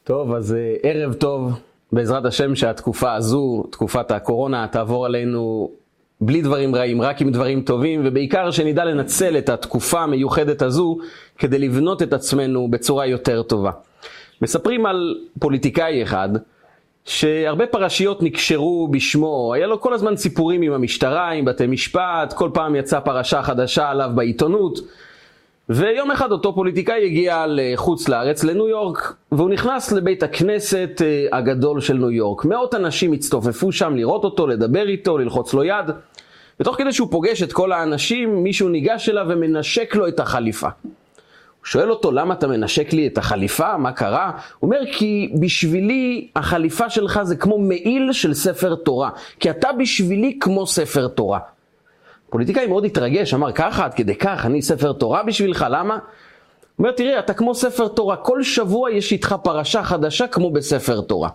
טוב, אז ערב טוב, בעזרת השם שהתקופה הזו, תקופת הקורונה, תעבור עלינו בלי דברים רעים, רק עם דברים טובים, ובעיקר שנדע לנצל את התקופה המיוחדת הזו כדי לבנות את עצמנו בצורה יותר טובה. מספרים על פוליטיקאי אחד שהרבה פרשיות נקשרו בשמו, היה לו כל הזמן סיפורים עם המשטרה, עם בתי משפט, כל פעם יצאה פרשה חדשה עליו בעיתונות, ויום אחד אותו פוליטיקאי הגיע לחוץ לארץ, לניו יורק, והוא נכנס לבית הכנסת הגדול של ניו יורק. מאות אנשים הצטופפו שם לראות אותו, לדבר איתו, ללחוץ לו יד, ותוך כדי שהוא פוגש את כל האנשים, מישהו ניגש אליו ומנשק לו את החליפה. הוא שואל אותו, למה אתה מנשק לי את החליפה? מה קרה? הוא אומר, כי בשבילי החליפה שלך זה כמו מעיל של ספר תורה, כי אתה בשבילי כמו ספר תורה. פוליטיקאי מאוד התרגש, אמר ככה, עד כדי כך, אני ספר תורה בשבילך, למה? הוא אומר, תראה, אתה כמו ספר תורה, כל שבוע יש איתך פרשה חדשה כמו בספר תורה.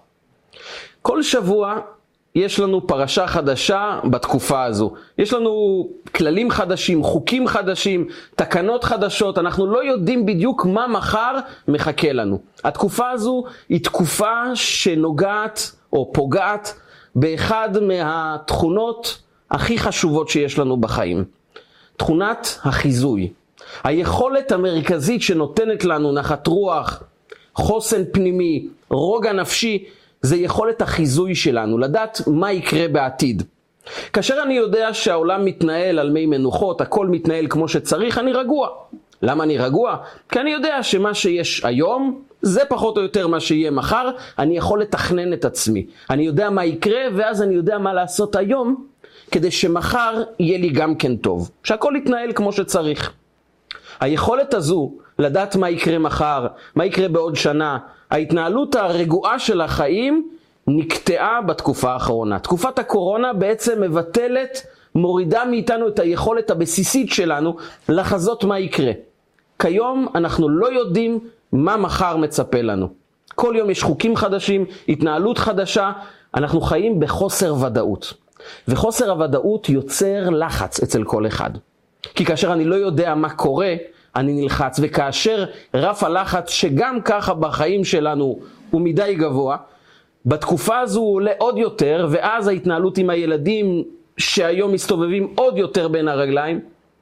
כל שבוע יש לנו פרשה חדשה בתקופה הזו. יש לנו כללים חדשים, חוקים חדשים, תקנות חדשות, אנחנו לא יודעים בדיוק מה מחר מחכה לנו. התקופה הזו היא תקופה שנוגעת או פוגעת באחד מהתכונות הכי חשובות שיש לנו בחיים. תכונת החיזוי. היכולת המרכזית שנותנת לנו נחת רוח, חוסן פנימי, רוגע נפשי, זה יכולת החיזוי שלנו, לדעת מה יקרה בעתיד. כאשר אני יודע שהעולם מתנהל על מי מנוחות, הכל מתנהל כמו שצריך, אני רגוע. למה אני רגוע? כי אני יודע שמה שיש היום, זה פחות או יותר מה שיהיה מחר, אני יכול לתכנן את עצמי. אני יודע מה יקרה, ואז אני יודע מה לעשות היום, כדי שמחר יהיה לי גם כן טוב, שהכל יתנהל כמו שצריך. היכולת הזו, לדעת מה יקרה מחר, מה יקרה בעוד שנה, ההתנהלות הרגועה של החיים נקטעה בתקופה האחרונה. תקופת הקורונה בעצם מבטלת, מורידה מאיתנו את היכולת הבסיסית שלנו לחזות מה יקרה. כיום אנחנו לא יודעים מה מחר מצפה לנו. כל יום יש חוקים חדשים, התנהלות חדשה, אנחנו חיים בחוסר ודאות. וחוסר הוודאות יוצר לחץ אצל כל אחד. כי כאשר אני לא יודע מה קורה, אני נלחץ, וכאשר רף הלחץ שגם ככה בחיים שלנו הוא מדי גבוה, בתקופה הזו הוא עולה עוד יותר, ואז ההתנהלות עם הילדים שהיום מסתובבים עוד יותר בין הרגליים,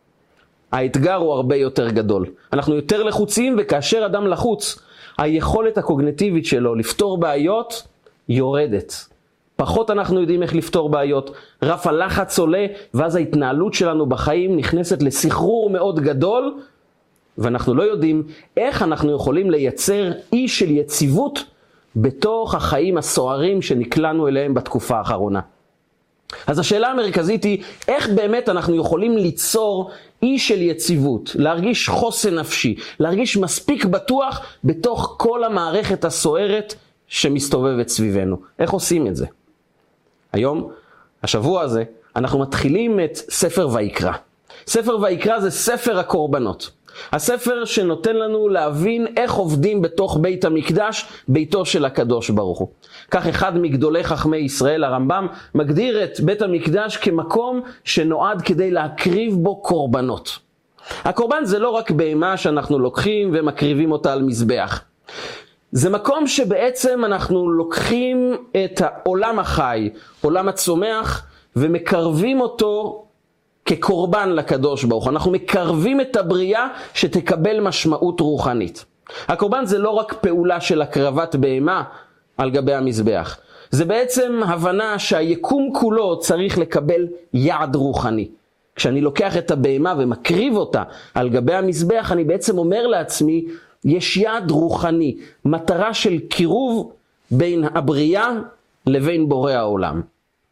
האתגר הוא הרבה יותר גדול. אנחנו יותר לחוצים, וכאשר אדם לחוץ, היכולת הקוגניטיבית שלו לפתור בעיות יורדת. פחות אנחנו יודעים איך לפתור בעיות, רף הלחץ עולה, ואז ההתנהלות שלנו בחיים נכנסת לסחרור מאוד גדול, ואנחנו לא יודעים איך אנחנו יכולים לייצר אי של יציבות בתוך החיים הסוערים שנקלענו אליהם בתקופה האחרונה. אז השאלה המרכזית היא, איך באמת אנחנו יכולים ליצור אי של יציבות, להרגיש חוסן נפשי, להרגיש מספיק בטוח בתוך כל המערכת הסוערת שמסתובבת סביבנו. איך עושים את זה? היום, השבוע הזה, אנחנו מתחילים את ספר ויקרא. ספר ויקרא זה ספר הקורבנות. הספר שנותן לנו להבין איך עובדים בתוך בית המקדש, ביתו של הקדוש ברוך הוא. כך אחד מגדולי חכמי ישראל, הרמב"ם, מגדיר את בית המקדש כמקום שנועד כדי להקריב בו קורבנות. הקורבן זה לא רק בהמה שאנחנו לוקחים ומקריבים אותה על מזבח. זה מקום שבעצם אנחנו לוקחים את העולם החי, עולם הצומח, ומקרבים אותו כקורבן לקדוש ברוך הוא. אנחנו מקרבים את הבריאה שתקבל משמעות רוחנית. הקורבן זה לא רק פעולה של הקרבת בהמה על גבי המזבח. זה בעצם הבנה שהיקום כולו צריך לקבל יעד רוחני. כשאני לוקח את הבהמה ומקריב אותה על גבי המזבח, אני בעצם אומר לעצמי, יש יעד רוחני, מטרה של קירוב בין הבריאה לבין בורא העולם.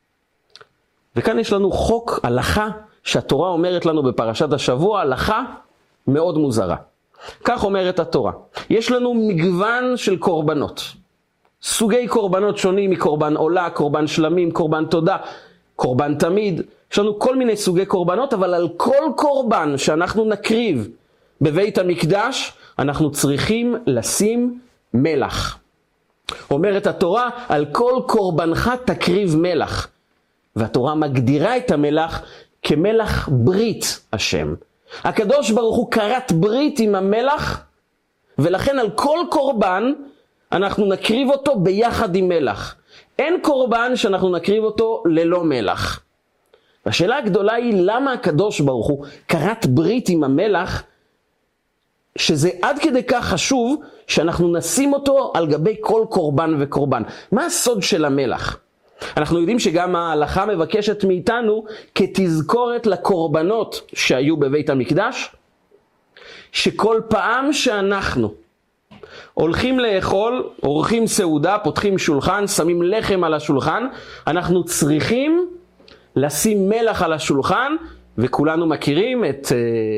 וכאן יש לנו חוק, הלכה, שהתורה אומרת לנו בפרשת השבוע, הלכה מאוד מוזרה. כך אומרת התורה. יש לנו מגוון של קורבנות. סוגי קורבנות שונים מקורבן עולה, קורבן שלמים, קורבן תודה, קורבן תמיד. יש לנו כל מיני סוגי קורבנות, אבל על כל קורבן שאנחנו נקריב בבית המקדש, אנחנו צריכים לשים מלח. אומרת התורה, על כל קורבנך תקריב מלח. והתורה מגדירה את המלח כמלח ברית השם. הקדוש ברוך הוא כרת ברית עם המלח, ולכן על כל קורבן אנחנו נקריב אותו ביחד עם מלח. אין קורבן שאנחנו נקריב אותו ללא מלח. והשאלה הגדולה היא למה הקדוש ברוך הוא כרת ברית עם המלח, שזה עד כדי כך חשוב שאנחנו נשים אותו על גבי כל קורבן וקורבן. מה הסוד של המלח? אנחנו יודעים שגם ההלכה מבקשת מאיתנו כתזכורת לקורבנות שהיו בבית המקדש, שכל פעם שאנחנו הולכים לאכול, עורכים סעודה, פותחים שולחן, שמים לחם על השולחן, אנחנו צריכים לשים מלח על השולחן, וכולנו מכירים את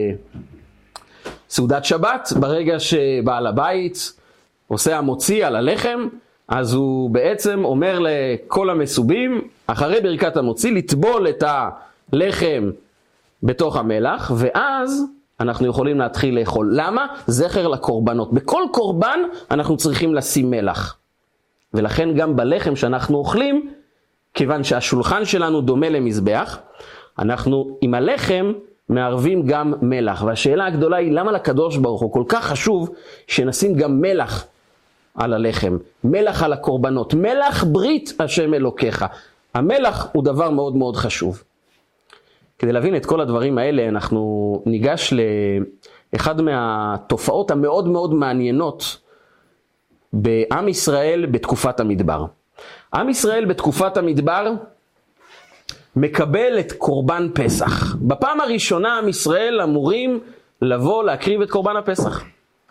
סעודת שבת. ברגע שבעל הבית עושה המוציא על הלחם, אז הוא בעצם אומר לכל המסובים, אחרי ברכת המוציא, לטבול את הלחם בתוך המלח, ואז אנחנו יכולים להתחיל לאכול. למה? זכר לקורבנות. בכל קורבן אנחנו צריכים לשים מלח. ולכן גם בלחם שאנחנו אוכלים, כיוון שהשולחן שלנו דומה למזבח, אנחנו עם הלחם מערבים גם מלח. והשאלה הגדולה היא למה לקדוש ברוך הוא כל כך חשוב שנשים גם מלח על הלחם, מלח על הקורבנות, מלח ברית השם אלוקיך. המלח הוא דבר מאוד מאוד חשוב. כדי להבין את כל הדברים האלה, אנחנו ניגש לאחד מהתופעות המאוד מאוד מעניינות בעם ישראל בתקופת המדבר. עם ישראל בתקופת המדבר מקבל את קורבן פסח. בפעם הראשונה עם ישראל אמורים לבוא להקריב את קורבן הפסח.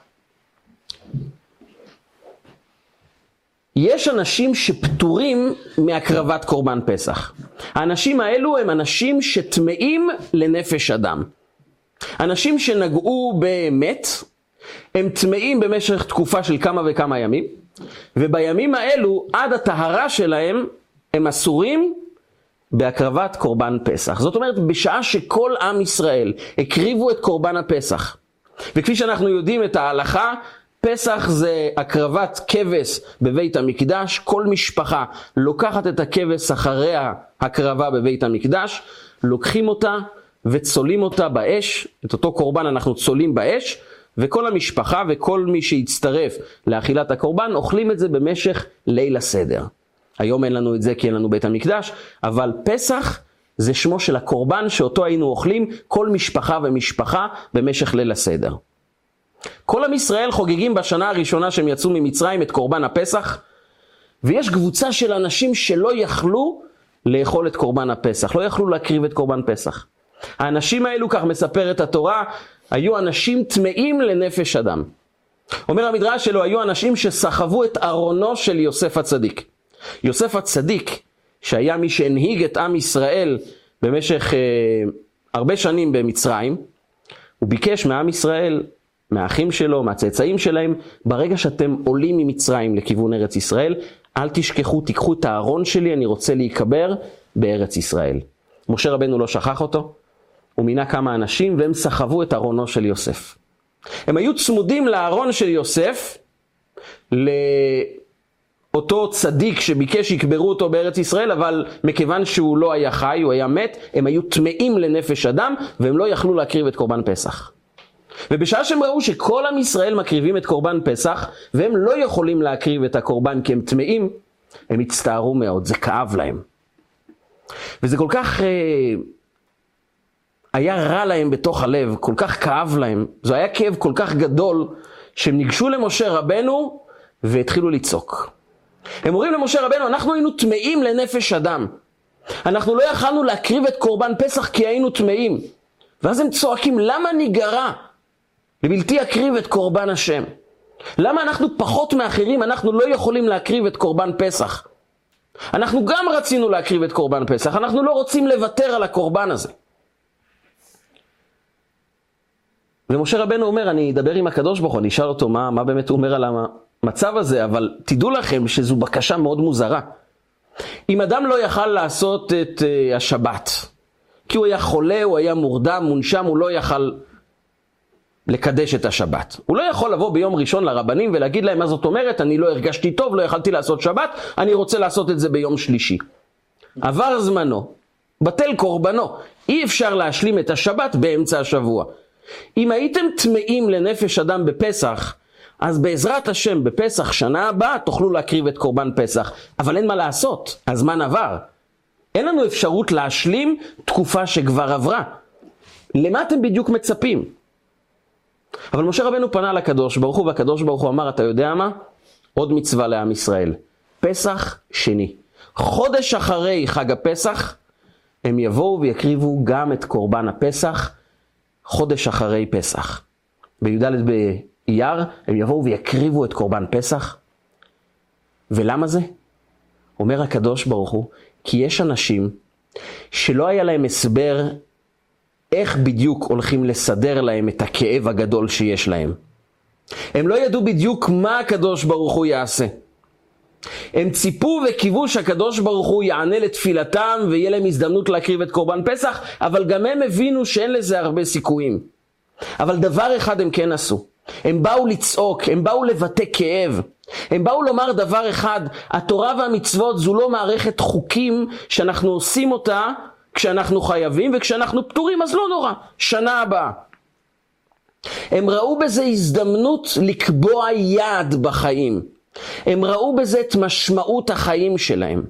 יש אנשים שפטורים מהקרבת קורבן פסח. האנשים האלו הם אנשים שטמאים לנפש אדם. אנשים שנגעו באמת, הם טמאים במשך תקופה של כמה וכמה ימים, ובימים האלו עד הטהרה שלהם הם אסורים בהקרבת קורבן פסח. זאת אומרת, בשעה שכל עם ישראל הקריבו את קורבן הפסח, וכפי שאנחנו יודעים את ההלכה, פסח זה הקרבת כבש בבית המקדש. כל משפחה לוקחת את הכבש אחרי ההקרבה בבית המקדש, לוקחים אותה וצולים אותה באש. את אותו קורבן אנחנו צולים באש, וכל המשפחה וכל מי שיצטרף לאכילת הקורבן אוכלים את זה במשך ליל הסדר. היום אין לנו את זה כי אין לנו בית המקדש, אבל פסח זה שמו של הקורבן שאותו היינו אוכלים כל משפחה ומשפחה במשך ליל הסדר. כל עם ישראל חוגגים בשנה הראשונה שהם יצאו ממצרים את קורבן הפסח, ויש קבוצה של אנשים שלא יכלו לאכול את קורבן הפסח, לא יכלו להקריב את קורבן פסח. האנשים האלו, כך מספרת התורה, היו אנשים טמאים לנפש אדם. אומר המדרש שלו, היו אנשים שסחבו את ארונו של יוסף הצדיק. יוסף הצדיק, שהיה מי שהנהיג את עם ישראל במשך הרבה שנים במצרים, הוא ביקש מעם ישראל, מהאחים שלו, מהצאצאים שלהם, ברגע שאתם עולים ממצרים לכיוון ארץ ישראל, אל תשכחו, תיקחו את הארון שלי, אני רוצה להיקבר בארץ ישראל. משה רבנו לא שכח אותו, הוא מינה כמה אנשים והם סחבו את ארונו של יוסף. הם היו צמודים לארון של יוסף, לאותו צדיק שביקש יקברו אותו בארץ ישראל, אבל מכיוון שהוא לא היה חי, הוא היה מת, הם היו טמאים לנפש אדם, והם לא יכלו להקריב את קורבן פסח. ובשעה שהם ראו שכל עם ישראל מקריבים את קורבן פסח, והם לא יכולים להקריב את הקורבן כי הם טמאים, הם הצטערו מאוד, זה כאב להם. וזה כל כך היה רע להם בתוך הלב, כל כך כאב להם, זה היה כאב כל כך גדול, שהם ניגשו למשה רבנו והתחילו לצעוק. הם אומרים למשה רבנו, אנחנו היינו טמאים לנפש אדם. אנחנו לא יכלנו להקריב את קורבן פסח כי היינו טמאים. ואז הם צועקים, למה ניגרע? לבלתי אקריב את קורבן השם. למה אנחנו פחות מאחרים, אנחנו לא יכולים להקריב את קורבן פסח? אנחנו גם רצינו להקריב את קורבן פסח, אנחנו לא רוצים לוותר על הקורבן הזה. ומשה רבנו אומר, אני אדבר עם הקדוש ברוך הוא, אני אשאל אותו מה באמת הוא אומר על המצב הזה, אבל תדעו לכם שזו בקשה מאוד מוזרה. אם אדם לא יכל לעשות את השבת, כי הוא היה חולה, הוא היה מורדם, מונשם, הוא לא יכל לקדש את השבת. הוא לא יכול לבוא ביום ראשון לרבנים ולהגיד להם מה זאת אומרת, אני לא הרגשתי טוב, לא יכלתי לעשות שבת, אני רוצה לעשות את זה ביום שלישי. עבר זמנו, בטל קורבנו, אי אפשר להשלים את השבת באמצע השבוע. אם הייתם טמאים לנפש אדם בפסח, אז בעזרת השם בפסח שנה הבאה תוכלו להקריב את קורבן פסח. אבל אין מה לעשות, הזמן עבר. אין לנו אפשרות להשלים תקופה שכבר עברה. למה אתם בדיוק מצפים? אבל משה רבנו פנה לקדוש ברוך הוא, והקדוש ברוך הוא אמר, אתה יודע מה? עוד מצווה לעם ישראל. פסח שני. חודש אחרי חג הפסח, הם יבואו ויקריבו גם את קורבן הפסח, חודש אחרי פסח. בי"ד באייר הם יבואו ויקריבו את קורבן פסח. ולמה זה? אומר הקדוש ברוך הוא, כי יש אנשים שלא היה להם הסבר איך בדיוק הולכים לסדר להם את הכאב הגדול שיש להם. הם לא ידעו בדיוק מה הקדוש ברוך הוא יעשה. הם ציפו וקיוו שהקדוש ברוך הוא יענה לתפילתם ויהיה להם הזדמנות להקריב את קורבן פסח, אבל גם הם הבינו שאין לזה הרבה סיכויים. אבל דבר אחד הם כן עשו. הם באו לצעוק, הם באו לבטא כאב. הם באו לומר דבר אחד, התורה והמצוות זו לא מערכת חוקים שאנחנו עושים אותה כשאנחנו חייבים, וכשאנחנו פטורים אז לא נורא, שנה הבאה. הם ראו בזה הזדמנות לקבוע יעד בחיים. הם ראו בזה את משמעות החיים שלהם.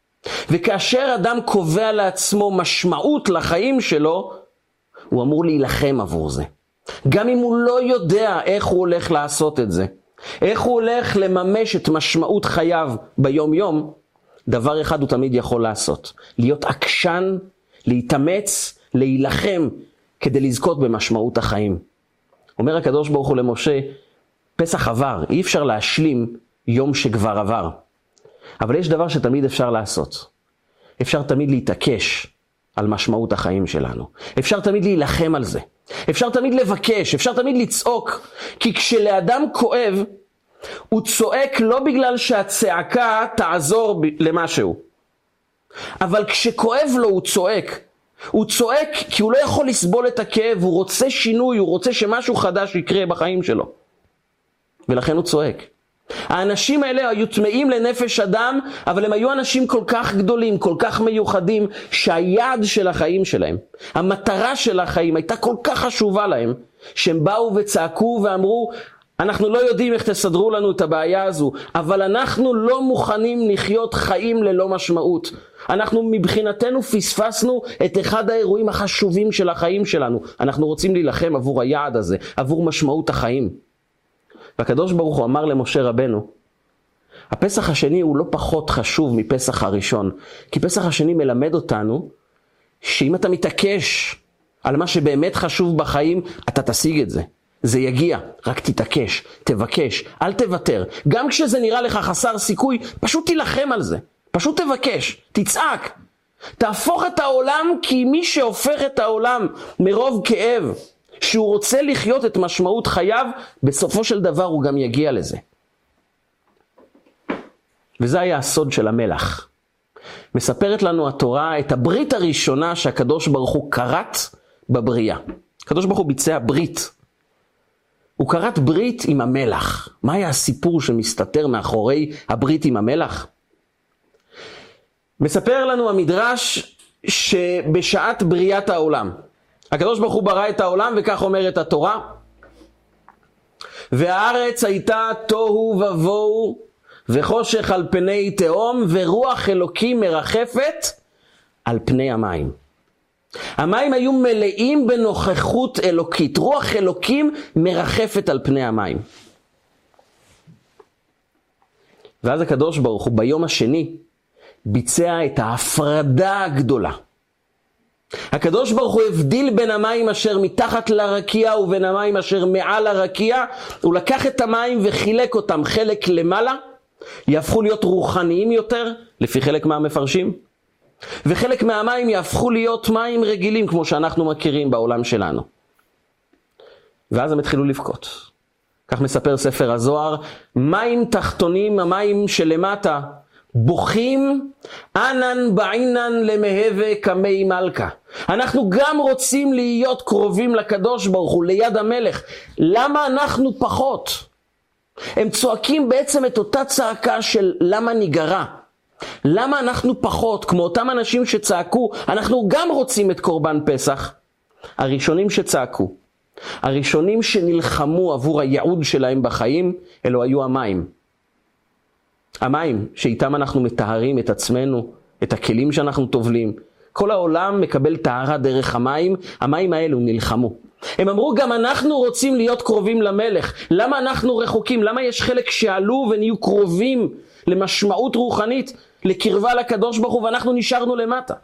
וכאשר אדם קובע לעצמו משמעות לחיים שלו, הוא אמור להילחם עבור זה. גם אם הוא לא יודע איך הוא הולך לעשות את זה. איך הוא הולך לממש את משמעות חייו ביום יום, דבר אחד הוא תמיד יכול לעשות. להיות עקשן, להתאמץ, להילחם, כדי לזכות במשמעות החיים. אומר הקדוש ברוך הוא למשה, פסח עבר, אי אפשר להשלים יום שכבר עבר. אבל יש דבר שתמיד אפשר לעשות. אפשר תמיד להתעקש על משמעות החיים שלנו. אפשר תמיד להילחם על זה. אפשר תמיד לבקש, אפשר תמיד לצעוק. כי כשלאדם כואב, הוא צועק לא בגלל שהצעקה תעזור למשהו. אבל כשכואב לו הוא צועק. הוא צועק כי הוא לא יכול לסבול את הכאב, הוא רוצה שינוי, הוא רוצה שמשהו חדש יקרה בחיים שלו. ולכן הוא צועק. האנשים האלה היו טמאים לנפש אדם, אבל הם היו אנשים כל כך גדולים, כל כך מיוחדים, שהיעד של החיים שלהם, המטרה של החיים הייתה כל כך חשובה להם, שהם באו וצעקו ואמרו, אנחנו לא יודעים איך תסדרו לנו את הבעיה הזו, אבל אנחנו לא מוכנים לחיות חיים ללא משמעות. אנחנו מבחינתנו פספסנו את אחד האירועים החשובים של החיים שלנו. אנחנו רוצים להילחם עבור היעד הזה, עבור משמעות החיים. והקדוש ברוך הוא אמר למשה רבנו, הפסח השני הוא לא פחות חשוב מפסח הראשון, כי פסח השני מלמד אותנו שאם אתה מתעקש על מה שבאמת חשוב בחיים, אתה תשיג את זה. זה יגיע, רק תתעקש, תבקש, אל תוותר. גם כשזה נראה לך חסר סיכוי, פשוט תילחם על זה. פשוט תבקש, תצעק. תהפוך את העולם, כי מי שהופך את העולם מרוב כאב, שהוא רוצה לחיות את משמעות חייו, בסופו של דבר הוא גם יגיע לזה. וזה היה הסוד של המלח. מספרת לנו התורה את הברית הראשונה שהקדוש ברוך הוא כרת בבריאה. הקדוש ברוך הוא ביצע ברית. הוא כרת ברית עם המלח. מה היה הסיפור שמסתתר מאחורי הברית עם המלח? מספר לנו המדרש שבשעת בריאת העולם, הקדוש ברוך הוא ברא את העולם, וכך אומרת התורה, והארץ הייתה תוהו ובוהו וחושך על פני תהום, ורוח אלוקים מרחפת על פני המים. המים היו מלאים בנוכחות אלוקית, רוח אלוקים מרחפת על פני המים. ואז הקדוש ברוך הוא ביום השני ביצע את ההפרדה הגדולה. הקדוש ברוך הוא הבדיל בין המים אשר מתחת לרקיע ובין המים אשר מעל הרקיע. הוא לקח את המים וחילק אותם, חלק למעלה יהפכו להיות רוחניים יותר, לפי חלק מהמפרשים, וחלק מהמים יהפכו להיות מים רגילים כמו שאנחנו מכירים בעולם שלנו. ואז הם התחילו לבכות. כך מספר ספר הזוהר, מים תחתונים, המים שלמטה, בוכים ענן בעינן למהווה כמי מלכה. אנחנו גם רוצים להיות קרובים לקדוש ברוך הוא, ליד המלך. למה אנחנו פחות? הם צועקים בעצם את אותה צעקה של למה ניגרע. למה אנחנו פחות? כמו אותם אנשים שצעקו, אנחנו גם רוצים את קורבן פסח. הראשונים שצעקו הראשונים שנלחמו עבור הייעוד שלהם בחיים, אלו היו המים. המים שאיתם אנחנו מטהרים את עצמנו, את הכלים שאנחנו טובלים. כל העולם מקבל טהרה דרך המים, המים האלו נלחמו. הם אמרו גם אנחנו רוצים להיות קרובים למלך. למה אנחנו רחוקים? למה יש חלק שעלו ונהיו קרובים למשמעות רוחנית, לקרבה לקדוש ברוך הוא, ואנחנו נשארנו למטה?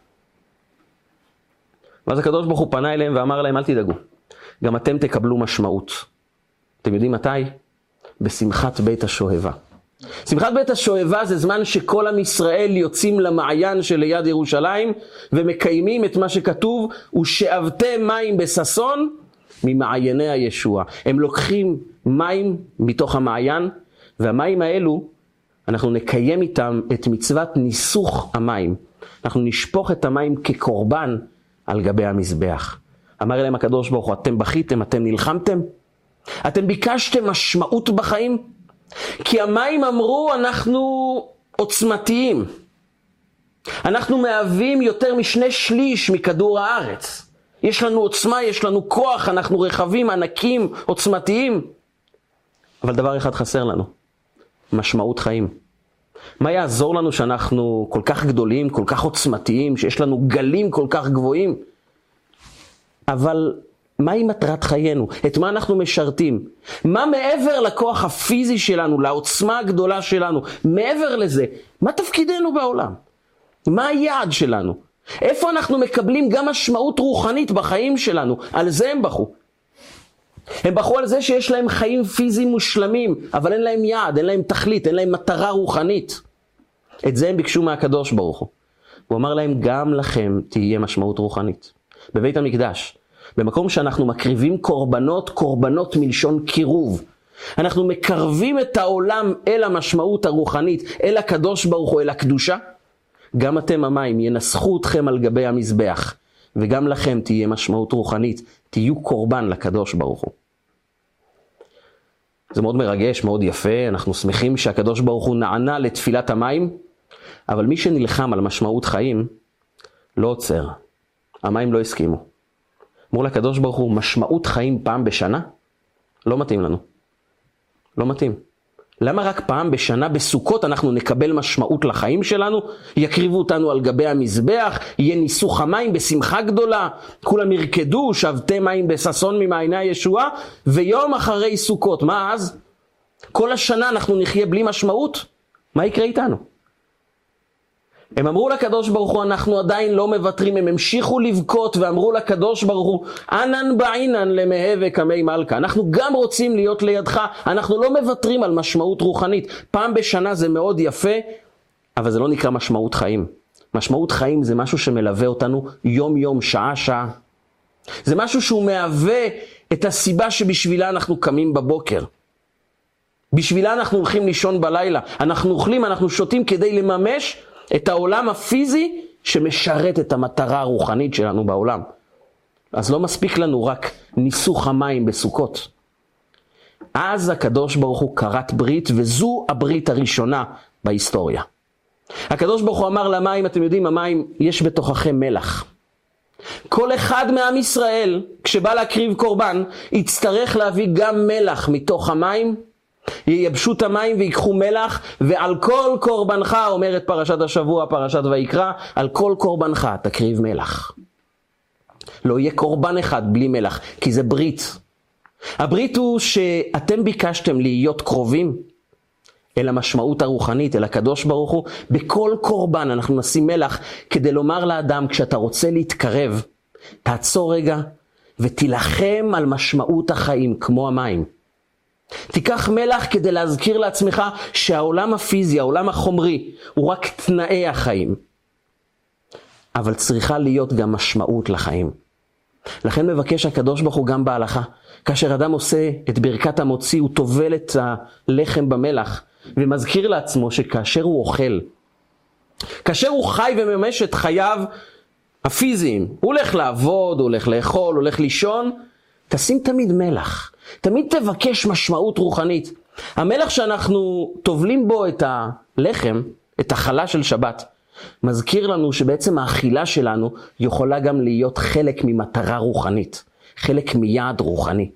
ואז הקדוש ברוך הוא פנה אליהם ואמר להם, אל תדאגו, גם אתם תקבלו משמעות. אתם יודעים מתי? בשמחת בית השואבה. שמחת בית השואבה זה זמן שכל עם ישראל יוצאים למעיין שליד ירושלים ומקיימים את מה שכתוב, ושאבתם מים בששון ממעייני הישוע. הם לוקחים מים מתוך המעיין, והמים האלו אנחנו נקיים איתם את מצוות ניסוך המים. אנחנו נשפוך את המים כקורבן על גבי המזבח. אמר אליהם הקדוש ברוך הוא, אתם בכיתם, אתם נלחמתם, אתם ביקשתם משמעות בחיים, כי המים אמרו אנחנו עוצמתיים, אנחנו מהווים יותר מ2/3 מכדור הארץ, יש לנו עוצמה, יש לנו כוח, אנחנו רחבים, ענקים, עוצמתיים. אבל דבר אחד חסר לנו, משמעות חיים. מה יעזור לנו שאנחנו כל כך גדולים, כל כך עוצמתיים, שיש לנו גלים כל כך גבוהים? אבל מהי מטרת חיינו? את מה אנחנו משרתים? מה מעבר לכוח הפיזי שלנו, לעוצמה הגדולה שלנו? מעבר לזה, מה תפקידנו בעולם? מה היעד שלנו? איפה אנחנו מקבלים גם משמעות רוחנית בחיים שלנו? על זה הם בחו. הם בחו על זה שיש להם חיים פיזיים מושלמים, אבל אין להם יעד, אין להם תכלית, אין להם מטרה רוחנית. את זה הם ביקשו מהקדוש ברוך הוא. הוא אמר להם, גם לכם תהיה משמעות רוחנית. בבית המקדש, במקום שאנחנו מקריבים קורבנות, קורבנות מלשון קירוב. אנחנו מקרבים את העולם אל המשמעות הרוחנית, אל הקדוש ברוך הוא, אל הקדושה. גם אתם המים ינסחו אתכם על גבי המזבח, וגם לכם תהיה משמעות רוחנית, תהיו קורבן לקדוש ברוך הוא. זה מאוד מרגש, מאוד יפה, אנחנו שמחים שהקדוש ברוך הוא נענה לתפילת המים, אבל מי שנלחם על משמעות חיים לא עוצר. המים לא הסכימו. אמרו לקדוש ברוך הוא, משמעות חיים פעם בשנה? לא מתאים לנו. לא מתאים. למה רק פעם בשנה בסוכות אנחנו נקבל משמעות לחיים שלנו? יקריבו אותנו על גבי המזבח, יהיה ניסוך המים בשמחה גדולה, כולם ירקדו, שבתם מים בששון ממעייני הישועה, ויום אחרי סוכות, מה אז? כל השנה אנחנו נחיה בלי משמעות? מה יקרה איתנו? הם אמרו לקדוש ברוך הוא, אנחנו עדיין לא מוותרים, הם המשיכו לבכות ואמרו לקדוש ברוך הוא, ענן בעינן למהווה כמי מלכה, אנחנו גם רוצים להיות לידך, אנחנו לא מוותרים על משמעות רוחנית. פעם בשנה זה מאוד יפה, אבל זה לא נקרא משמעות חיים. משמעות חיים זה משהו שמלווה אותנו יום יום, שעה שעה. זה משהו שהוא מהווה את הסיבה שבשבילה אנחנו קמים בבוקר. בשבילה אנחנו הולכים לישון בלילה, אנחנו אוכלים, אנחנו שותים כדי לממש את העולם הפיזי שמשרת את המטרה הרוחנית שלנו בעולם. אז לא מספיק לנו רק ניסוך המים בסוכות. אז הקדוש ברוך הוא כרת ברית, וזו הברית הראשונה בהיסטוריה. הקדוש ברוך הוא אמר למים, אתם יודעים, המים יש בתוככם מלח. כל אחד מעם ישראל, כשבא להקריב קורבן, יצטרך להביא גם מלח מתוך המים, ייבשו את המים ויקחו מלח, ועל כל קורבנך, אומרת פרשת השבוע, פרשת ויקרא, על כל קורבנך תקריב מלח. לא יהיה קורבן אחד בלי מלח, כי זה ברית. הברית הוא שאתם ביקשתם להיות קרובים אל המשמעות הרוחנית, אל הקדוש ברוך הוא. בכל קורבן אנחנו נשים מלח, כדי לומר לאדם, כשאתה רוצה להתקרב, תעצור רגע ותילחם על משמעות החיים, כמו המים. תיקח מלח כדי להזכיר לעצמך שהעולם הפיזי, העולם החומרי, הוא רק תנאי החיים. אבל צריכה להיות גם משמעות לחיים. לכן מבקש הקדוש ברוך הוא גם בהלכה, כאשר אדם עושה את ברכת המוציא, הוא טובל את הלחם במלח, ומזכיר לעצמו שכאשר הוא אוכל, כאשר הוא חי וממש את חייו הפיזיים, הוא הולך לעבוד, הוא הולך לאכול, הוא הולך לישון, תשים תמיד מלח. תמיד תבקש משמעות רוחנית. המלח שאנחנו טובלים בו את הלחם, את החלה של שבת, מזכיר לנו שבעצם האכילה שלנו יכולה גם להיות חלק ממטרה רוחנית. חלק מיעד רוחני.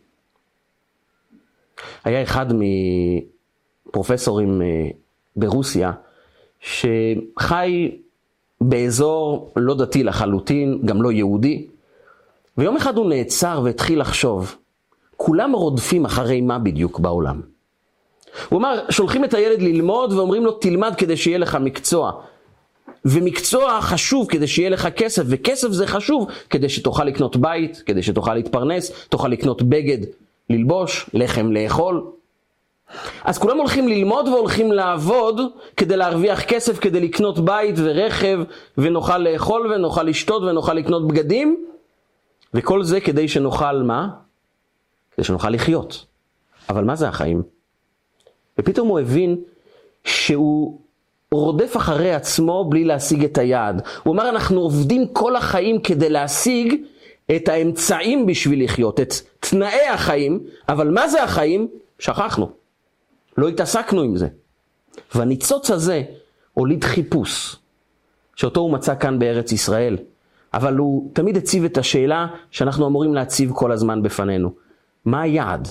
היה אחד מפרופסורים ברוסיה, שחי באזור לא דתי לחלוטין, גם לא יהודי, ויום אחד הוא נעצר והתחיל לחשוב, כולם רודפים אחרי מה בדיוק בעולם. הוא אמר, שולחים את הילד ללמוד ואומרים לו, תלמד כדי שיהיה לך מקצוע. ומקצוע חשוב כדי שיהיה לך כסף, וכסף זה חשוב כדי שתוכל לקנות בית, כדי שתוכל להתפרנס, תוכל לקנות בגד, ללבוש, לחם לאכול. אז כולם הולכים ללמוד והולכים לעבוד כדי להרוויח כסף, כדי לקנות בית ורכב, ונוכל לאכול ונוכל לשתות ונוכל לקנות בגדים, וכל זה כדי שנוכל מה? כדי שנוכל לחיות. אבל מה זה החיים? ופתאום הוא הבין שהוא רודף אחרי עצמו בלי להשיג את היעד. הוא אמר, אנחנו עובדים כל החיים כדי להשיג את האמצעים בשביל לחיות, את תנאי החיים, אבל מה זה החיים? שכחנו. לא התעסקנו עם זה. והניצוץ הזה הוליד חיפוש, שאותו הוא מצא כאן בארץ ישראל. אבל הוא תמיד הציב את השאלה שאנחנו אמורים להציב כל הזמן בפנינו. מה היעד?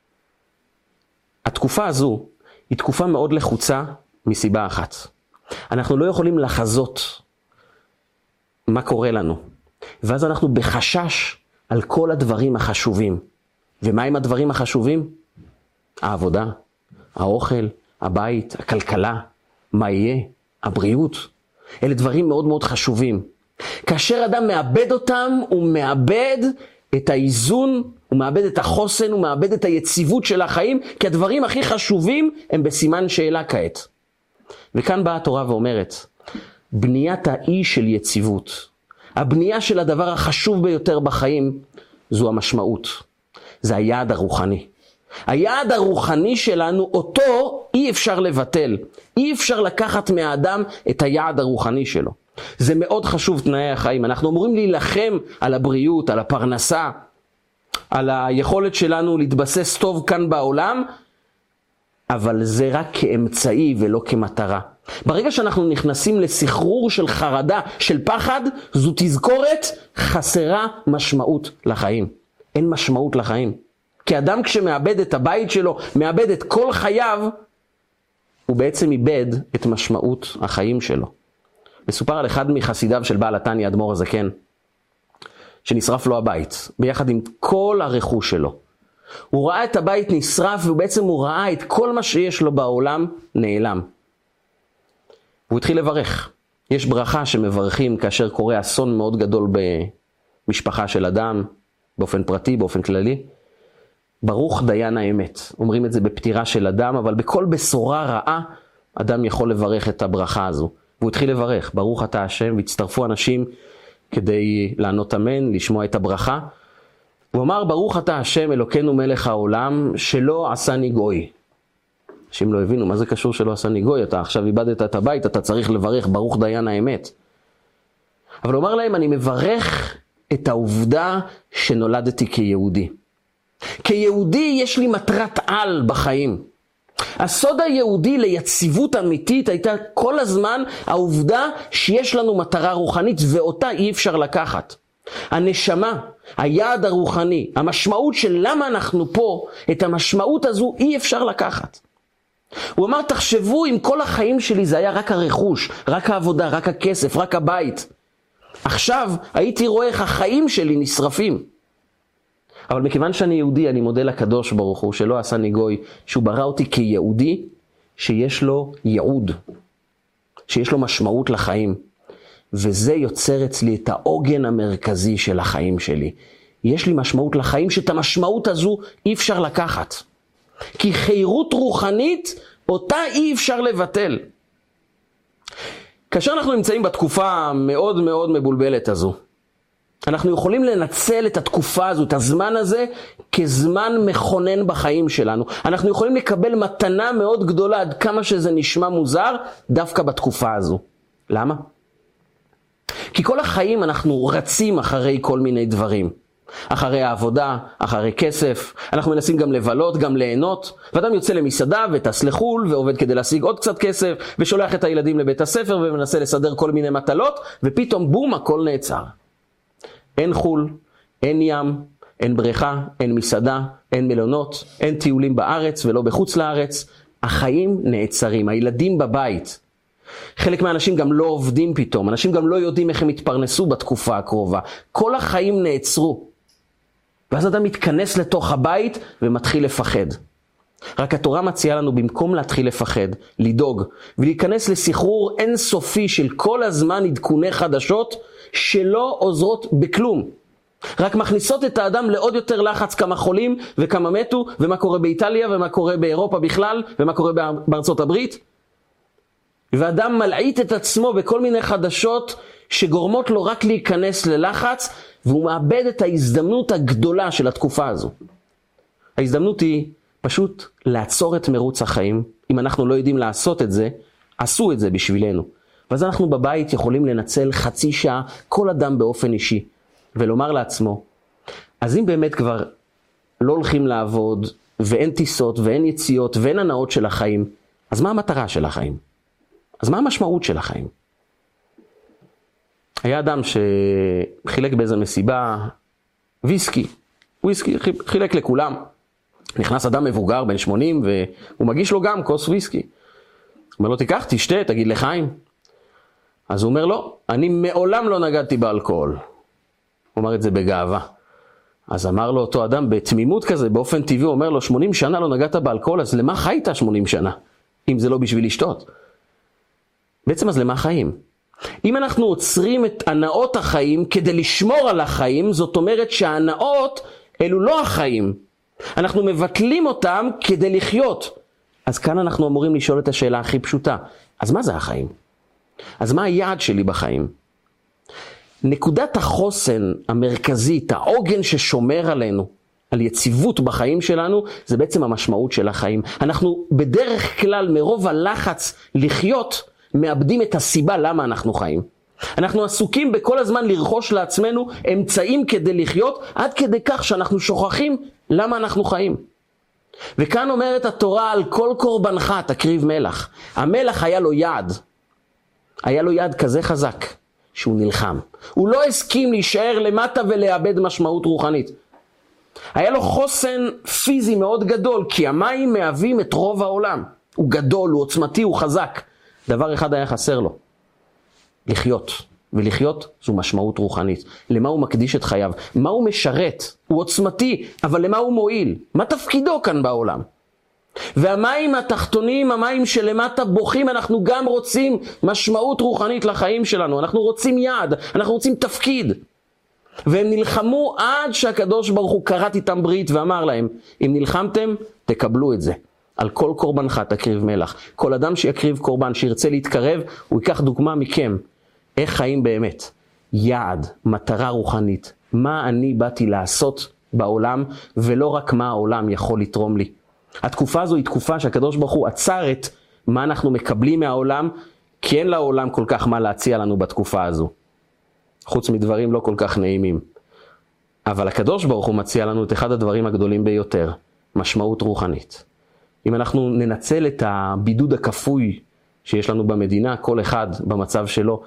התקופה הזו היא תקופה מאוד לחוצה מסיבה אחת. אנחנו לא יכולים לחזות מה קורה לנו. ואז אנחנו בחשש על כל הדברים החשובים. ומה עם הדברים החשובים? העבודה, האוכל, הבית, הכלכלה, מה יהיה, הבריאות. אלה דברים מאוד מאוד חשובים. כאשר אדם מאבד אותם, הוא מאבד את האיזון, הוא מאבד את החוסן, הוא מאבד את היציבות של החיים, כי הדברים הכי חשובים הם בסימן שאלה כעת. וכאן באה התורה ואומרת, בניית האי של יציבות, הבנייה של הדבר החשוב ביותר בחיים, זו המשמעות. זה היעד הרוחני. היעד הרוחני שלנו, אותו אי אפשר לבטל. אי אפשר לקחת מהאדם את היעד הרוחני שלו. זה מאוד חשוב תנאי החיים. אנחנו אמורים להילחם על הבריאות, על הפרנסה, על היכולת שלנו להתבסס טוב כאן בעולם, אבל זה רק כאמצעי ולא כמטרה. ברגע שאנחנו נכנסים לסחרור של חרדה, של פחד, זו תזכורת חסרה משמעות לחיים. אין משמעות לחיים. כי אדם כשמאבד את הבית שלו, מאבד את כל חייו, הוא בעצם איבד את משמעות החיים שלו. מסופר על אחד מחסידיו של בעל התניא, אדמו"ר הזקן, שנשרף לו הבית, ביחד עם כל הרכוש שלו. הוא ראה את הבית נשרף, ובעצם הוא ראה את כל מה שיש לו בעולם נעלם. הוא התחיל לברך. יש ברכה שמברכים כאשר קורה אסון מאוד גדול במשפחה של אדם, באופן פרטי, באופן כללי. ברוך דיין האמת. אומרים את זה בפטירה של אדם, אבל בכל בשורה רעה, אדם יכול לברך את הברכה הזו. והוא התחיל לברך, ברוך אתה השם, והצטרפו אנשים כדי לענות אמן, לשמוע את הברכה. הוא אמר, ברוך אתה השם אלוקינו מלך העולם, שלא עשני גוי. אנשים לא הבינו, מה זה קשור שלא עשני גוי? אתה עכשיו איבדת את הבית, אתה צריך לברך, ברוך דיין האמת. אבל הוא אמר להם, אני מברך את העובדה שנולדתי כיהודי. כיהודי יש לי מטרת על בחיים. הסוד היהודי ליציבות אמיתית הייתה כל הזמן העובדה שיש לנו מטרה רוחנית, ואותה אי אפשר לקחת. הנשמה, היעד הרוחני, המשמעות של למה אנחנו פה, את המשמעות הזו אי אפשר לקחת. הוא אמר, תחשבו אם כל החיים שלי זה היה רק הרכוש, רק העבודה, רק הכסף, רק הבית. עכשיו הייתי רואה איך החיים שלי נשרפים. אבל מכיוון שאני יהודי, אני מודה לקדוש ברוך הוא שלא עשני גוי, שהוא ברא אותי כיהודי שיש לו ייעוד, שיש לו משמעות לחיים. וזה יוצר אצלי את העוגן המרכזי של החיים שלי. יש לי משמעות לחיים, שאת המשמעות הזו אי אפשר לקחת. כי חירות רוחנית, אותה אי אפשר לבטל. כאשר אנחנו נמצאים בתקופה המאוד מאוד מבולבלת הזו, אנחנו יכולים לנצל את התקופה הזו, את הזמן הזה, כזמן מכונן בחיים שלנו. אנחנו יכולים לקבל מתנה מאוד גדולה, עד כמה שזה נשמע מוזר, דווקא בתקופה הזו. למה? כי כל החיים אנחנו רצים אחרי כל מיני דברים. אחרי העבודה, אחרי כסף, אנחנו מנסים גם לבלות, גם ליהנות, ואדם יוצא למסעדה וטס לחול, ועובד כדי להשיג עוד קצת כסף, ושולח את הילדים לבית הספר, ומנסה לסדר כל מיני מטלות, ופתאום בום, הכל נעצר. אין חול, אין ים, אין בריכה, אין מסעדה, אין מלונות, אין טיולים בארץ ולא בחוץ לארץ. החיים נעצרים, הילדים בבית. חלק מהאנשים גם לא עובדים פתאום, אנשים גם לא יודעים איך הם יתפרנסו בתקופה הקרובה. כל החיים נעצרו. ואז אדם מתכנס לתוך הבית ומתחיל לפחד. רק התורה מציעה לנו במקום להתחיל לפחד, לדאוג, ולהיכנס לסחרור אינסופי של כל הזמן עדכוני חדשות שלא עוזרות בכלום. רק מכניסות את האדם לעוד יותר לחץ, כמה חולים וכמה מתו, ומה קורה באיטליה ומה קורה באירופה בכלל, ומה קורה בארצות הברית. ואדם מלעיט את עצמו בכל מיני חדשות שגורמות לו רק להיכנס ללחץ, והוא מאבד את ההזדמנות הגדולה של התקופה הזו. ההזדמנות היא פשוט לעצור את מרוץ החיים. אם אנחנו לא יודעים לעשות את זה, עשו את זה בשבילנו. ואז אנחנו בבית יכולים לנצל חצי שעה, כל אדם באופן אישי, ולומר לעצמו, אז אם באמת כבר לא הולכים לעבוד, ואין טיסות, ואין יציאות, ואין הנאות של החיים, אז מה המטרה של החיים? אז מה המשמעות של החיים? היה אדם שחילק באיזה מסיבה וויסקי, חילק לכולם. נכנס אדם מבוגר בן 80 והוא מגיש לו גם כוס וויסקי. הוא אומר לו, תיקח, תשתה, תגיד לחיים. אז הוא אומר לו, אני מעולם לא נגעתי באלכוהול. הוא אומר את זה בגאווה. אז אמר לו אותו אדם בתמימות כזה, באופן טבעי, הוא אומר לו, 80 שנה לא נגעת באלכוהול, אז למה חיית 80 שנה? אם זה לא בשביל לשתות. בעצם אז למה חיים? אם אנחנו עוצרים את הנאות החיים כדי לשמור על החיים, זאת אומרת שההנאות אלו לא החיים. אנחנו מבטלים אותם כדי לחיות. אז כאן אנחנו אמורים לשאול את השאלה הכי פשוטה. אז מה זה החיים? אז מה היעד שלי בחיים? נקודת החוסן המרכזית, העוגן ששומר עלינו, על יציבות בחיים שלנו, זה בעצם המשמעות של החיים. אנחנו בדרך כלל מרוב הלחץ לחיות, מאבדים את הסיבה למה אנחנו חיים. אנחנו עסוקים בכל הזמן לרכוש לעצמנו אמצעים כדי לחיות, עד כדי כך שאנחנו שוכחים למה אנחנו חיים. וכאן אומרת התורה, על כל קורבנך תקריב מלח. המלח היה לו יד. היה לו יד כזה חזק שהוא נלחם. הוא לא הסכים להישאר למטה ולאבד משמעות רוחנית. היה לו חוסן פיזי מאוד גדול, כי המים מהווים את רוב העולם. הוא גדול, הוא עוצמתי, הוא חזק. דבר אחד היה חסר לו, לחיות. ולחיות זו משמעות רוחנית. למה הוא מקדיש את חייו? מה הוא משרת? הוא עוצמתי, אבל למה הוא מועיל? מה תפקידו כאן בעולם? והמים התחתונים, המים שלמטה בוכים, אנחנו גם רוצים משמעות רוחנית לחיים שלנו. אנחנו רוצים יד, אנחנו רוצים תפקיד. והם נלחמו עד שהקדוש ברוך הוא קראת איתם ברית ואמר להם, אם נלחמתם, תקבלו את זה. על כל קורבנך תקריב מלח. כל אדם שיקריב קורבן, שירצה להתקרב, הוא ייקח דוגמה מכם. איך חיים באמת? יעד, מטרה רוחנית. מה אני באתי לעשות בעולם, ולא רק מה העולם יכול לתרום לי. התקופה הזו היא תקופה שהקדוש ברוך הוא עצר את מה אנחנו מקבלים מהעולם, כי אין לעולם כל כך מה להציע לנו בתקופה הזו. חוץ מדברים לא כל כך נעימים. אבל הקדוש ברוך הוא מציע לנו את אחד הדברים הגדולים ביותר, משמעות רוחנית. אם אנחנו ננצל את הבידוד הכפוי שיש לנו במדינה, כל אחד במצב שלו,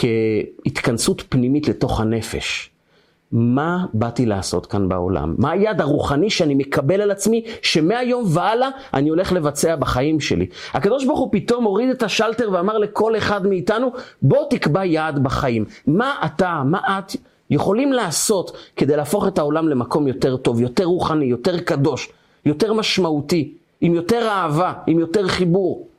כהתכנסות פנימית לתוך הנפש. מה באתי לעשות כאן בעולם? מה היעד הרוחני שאני מקבל על עצמי, שמהיום והלאה אני הולך לבצע בחיים שלי? הקדוש ברוך הוא פתאום הוריד את השלטר ואמר לכל אחד מאיתנו, בוא תקבע יעד בחיים. מה אתה, מה את יכולים לעשות כדי להפוך את העולם למקום יותר טוב, יותר רוחני, יותר קדוש, יותר משמעותי, עם יותר אהבה, עם יותר חיבור?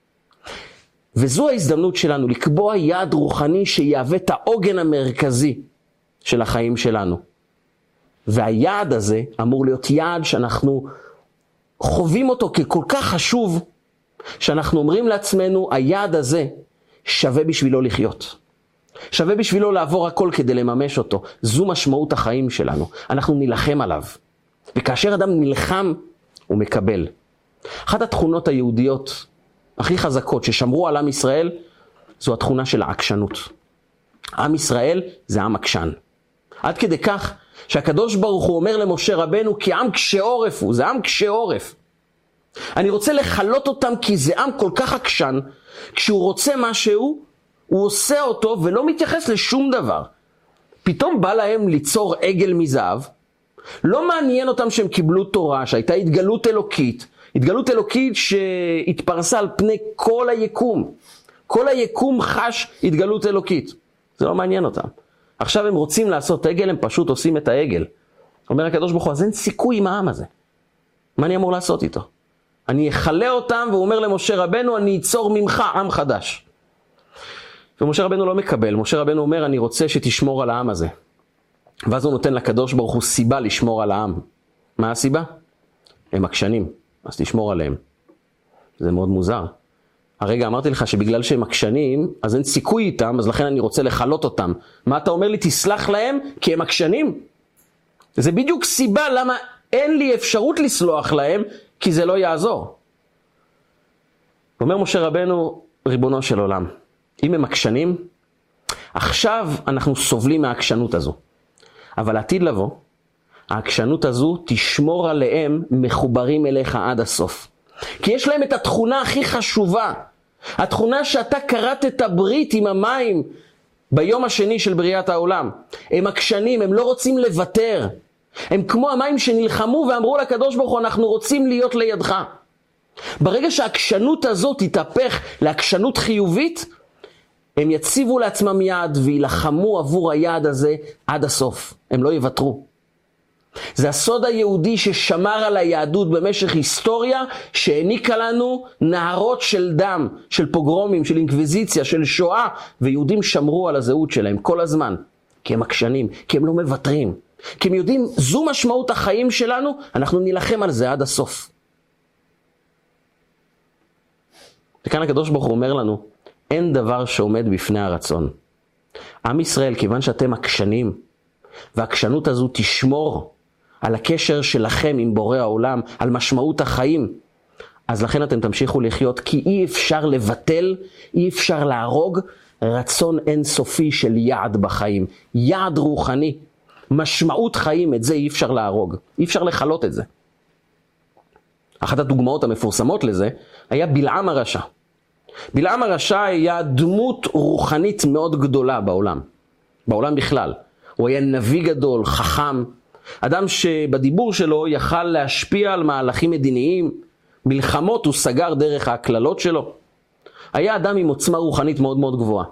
וזו ההזדמנות שלנו לקבוע יעד רוחני שיהווה את העוגן המרכזי של החיים שלנו. והיעד הזה אמור להיות יעד שאנחנו חווים אותו ככל כך חשוב, שאנחנו אומרים לעצמנו, היעד הזה שווה בשבילו לחיות. שווה בשבילו לעבור הכל כדי לממש אותו. זו משמעות החיים שלנו. אנחנו נלחם עליו. וכאשר אדם נלחם, הוא מקבל. אחת התכונות היהודיות הכי חזקות ששמרו על עם ישראל, זו התכונה של העקשנות. עם ישראל זה עם עקשן. עד כדי כך שהקדוש ברוך הוא אומר למשה רבנו, כי עם קשה עורף הוא, זה עם קשה עורף. אני רוצה לחלות אותם כי זה עם כל כך עקשן, כשהוא רוצה משהו, הוא עושה אותו ולא מתייחס לשום דבר. פתאום בא להם ליצור עגל מזהב, לא מעניין אותם שהם קיבלו תורה, שהייתה התגלות אלוקית. התגלות אלוקית שהתפרסה על פני כל היקום. כל היקום חש התגלות אלוקית. זה לא מעניין אותם. עכשיו הם רוצים לעשות עגל, הם פשוט עושים את העגל. אומר הקדוש ברוך הוא, אז אין סיכוי עם העם הזה. מה אני אמור לעשות איתו? אני אחלה אותם, והוא אומר למשה רבנו, אני אצור ממך עם חדש. ומשה רבנו לא מקבל. משה רבנו אומר, אני רוצה שתשמור על העם הזה. ואז הוא נותן לקדוש ברוך הוא סיבה לשמור על העם. מה הסיבה? הם עקשנים, אז תשמור עליהם. זה מאוד מוזר. הרגע אמרתי לך שבגלל שהם עקשנים, אז אין סיכוי איתם, אז לכן אני רוצה לחלות אותם. מה אתה אומר לי? תסלח להם כי הם עקשנים? זה בדיוק סיבה למה אין לי אפשרות לסלוח להם, כי זה לא יעזור. אומר משה רבנו, ריבונו של עולם, אם הם עקשנים, עכשיו אנחנו סובלים מהעקשנות הזו. אבל עתיד לבוא, העקשנות הזו תשמור עליהם מחוברים אליך עד הסוף. כי יש להם את התכונה הכי חשובה. התכונה שאתה קראת את הברית עם המים ביום השני של בריאת העולם. הם עקשנים, הם לא רוצים לוותר. הם כמו המים שנלחמו ואמרו לקדוש ברוך הוא, אנחנו רוצים להיות לידך. ברגע שהעקשנות הזאת תתהפך לעקשנות חיובית, הם יציבו לעצמם יעד וילחמו עבור היעד הזה עד הסוף. הם לא יוותרו. זה הסוד היהודי ששמר על היהדות במשך היסטוריה, שהעניקה לנו נהרות של דם, של פוגרומים, של אינקוויזיציה, של שואה, ויהודים שמרו על הזהות שלהם כל הזמן. כי הם עקשנים, כי הם לא מוותרים. כי הם יודעים, זו משמעות החיים שלנו, אנחנו נילחם על זה עד הסוף. וכאן הקדוש ברוך הוא אומר לנו, אין דבר שעומד בפני הרצון. עם ישראל, כיוון שאתם עקשנים, והעקשנות הזו תשמור על הקשר שלכם עם בורא העולם, על משמעות החיים, אז לכן אתם תמשיכו לחיות, כי אי אפשר לבטל, אי אפשר להרוג רצון אינסופי של יעד בחיים. יעד רוחני, משמעות חיים, את זה אי אפשר להרוג. אי אפשר לחלות את זה. אחת הדוגמאות המפורסמות לזה היה בלעם הרשע. בלעם הרשע היה דמות רוחנית מאוד גדולה בעולם. בעולם בכלל. הוא היה נביא גדול, חכם. אדם שבדיבור שלו יכל להשפיע על מהלכים מדיניים. מלחמות הוא סגר דרך ההקללות שלו. היה אדם עם עוצמה רוחנית מאוד מאוד גבוהה.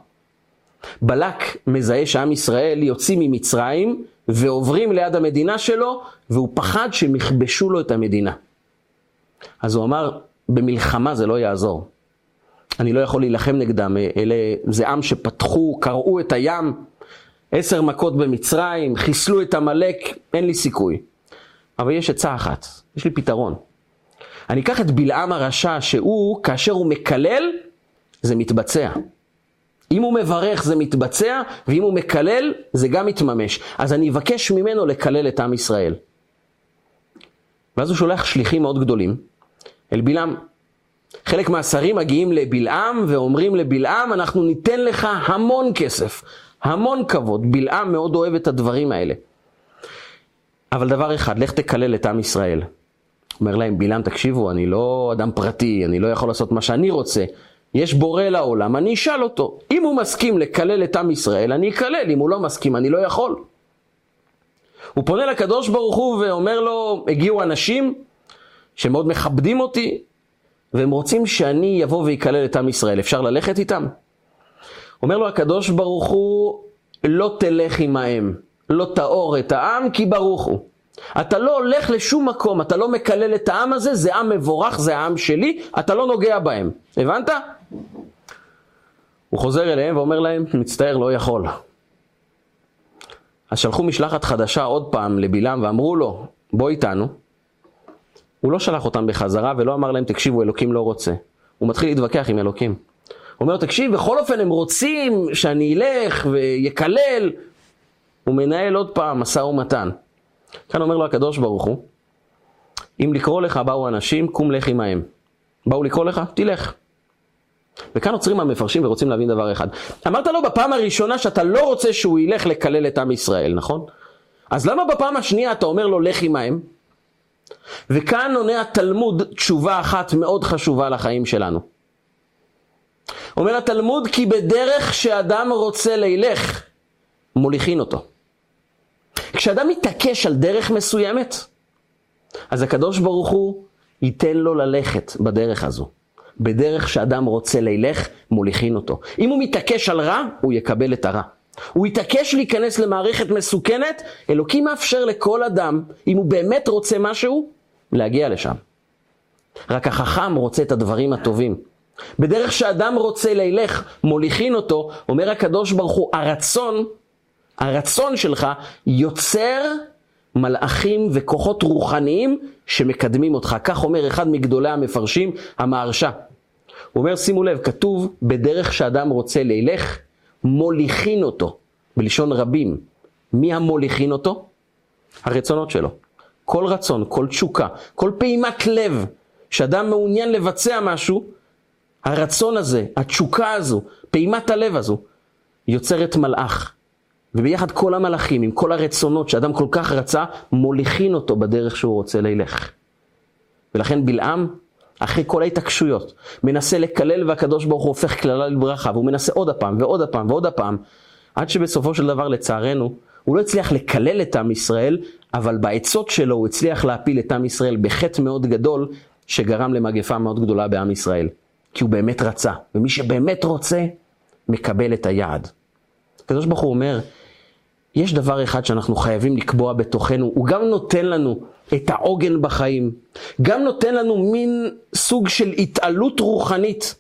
בלק מזהה שעם ישראל יוצאים ממצרים ועוברים ליד המדינה שלו, והוא פחד שהם יכבשו לו את המדינה. אז הוא אמר, במלחמה זה לא יעזור. אני לא יכול להילחם נגדם. זה עם שפתחו, קראו את הים, 10 מכות במצרים, חיסלו את המלך, אין לי סיכוי. אבל יש עצה אחת, יש לי פתרון. אני אקח את בלעם הרשע, שהוא, כאשר הוא מקלל, זה מתבצע. אם הוא מברך זה מתבצע, ואם הוא מקלל זה גם מתממש. אז אני אבקש ממנו לקלל את עם ישראל. ואז הוא שולח שליחים מאוד גדולים אל בלעם. חלק מהשרים מגיעים לבלעם ואומרים לבלעם, אנחנו ניתן לך המון כסף, המון כבוד. בלעם מאוד אוהב את הדברים האלה. אבל דבר אחד, לך תקלל את עם ישראל. אומר להם, בלעם תקשיבו, אני לא אדם פרטי, אני לא יכול לעשות מה שאני רוצה. יש בורא לעולם, אני אשאל אותו. אם הוא מסכים לקלל את עם ישראל, אני אקלל. אם הוא לא מסכים, אני לא יכול. הוא פונה לקדוש ברוך הוא ואומר לו, הגיעו אנשים שמאוד מכבדים אותי, והם רוצים שאני יבוא ויקלל את עם ישראל. אפשר ללכת איתם? אומר לו הקדוש ברוך הוא, לא תלך עמהם, לא תאור את העם, כי ברוך הוא. אתה לא הולך לשום מקום, אתה לא מקלל את העם הזה, זה עם מבורך, זה העם שלי, אתה לא נוגע בהם. הבנת? הוא חוזר אליהם ואומר להם, מצטער, לא יכול. אז שלחו משלחת חדשה עוד פעם לבלעם ואמרו לו, בוא איתנו. הוא לא שלח אותם בחזרה ולא אמר להם, תקשיבו, אלוקים לא רוצה. הוא מתחיל להתווכח עם אלוקים. הוא אומר, תקשיב, בכל אופן הם רוצים שאני אלך ויקלל. הוא מנהל עוד פעם משא ומתן. כאן אומר לו הקדוש ברוך הוא, אם לקרוא לך באו אנשים, קום לך עמהם. באו לקרוא לך, תלך. וכאן עוצרים המפרשים ורוצים להבין דבר אחד. אמרת לו בפעם הראשונה שאתה לא רוצה שהוא ילך לקלל את עם ישראל, נכון? אז למה בפעם השנייה אתה אומר לו לך עמהם? וכאן עונה התלמוד תשובה אחת מאוד חשובה לחיים שלנו. אומר התלמוד, כי בדרך שאדם רוצה לילך, מוליכין אותו. כשאדם מתעקש על דרך מסוימת, אז הקדוש ברוך הוא ייתן לו ללכת בדרך הזו. בדרך שאדם רוצה ללך, מוליכין אותו. אם הוא מתעקש על רע, הוא יקבל את הרע. הוא יתעקש להיכנס למערכת מסוכנת, אלוקים מאפשר לכל אדם, אם הוא באמת רוצה משהו, להגיע לשם. רק החכם רוצה את הדברים הטובים. בדרך שאדם רוצה ללך, מוליכין אותו, אומר הקדוש ברוך הוא, הרצון שלך יוצר מלאכים וכוחות רוחניים שמקדמים אותך. כך אומר אחד מגדולי המפרשים, המהרש"א. הוא אומר, שימו לב, כתוב, בדרך שאדם רוצה ללך, מוליכין אותו, בלשון רבים. מי המוליכין אותו? הרצונות שלו. כל רצון, כל תשוקה, כל פעימת לב, שאדם מעוניין לבצע משהו, הרצון הזה, התשוקה הזו, פעימת הלב הזו, יוצרת מלאך. וביחד כל המלאכים, עם כל הרצונות שאדם כל כך רצה, מוליכין אותו בדרך שהוא רוצה ללך. ולכן בלעם, אחרי כל ההתעקשויות, מנסה לקלל והקדוש ברוך הוא הופך כללה לברכה, והוא מנסה עוד הפעם ועוד הפעם ועוד הפעם, עד שבסופו של דבר לצערנו, הוא לא הצליח לקלל את עם ישראל, אבל בעצות שלו הוא הצליח להפיל את עם ישראל בחטא מאוד גדול, שגרם למגפה מאוד גדולה בעם ישראל. כי הוא באמת רצה, ומי שבאמת רוצה, מקבל את היעד. הקדוש ברוך הוא אומר, יש דבר אחד שאנחנו חייבים לקבוע בתוכנו, הוא גם נותן לנו את העוגן בחיים, גם נותן לנו מין סוג של התעלות רוחנית,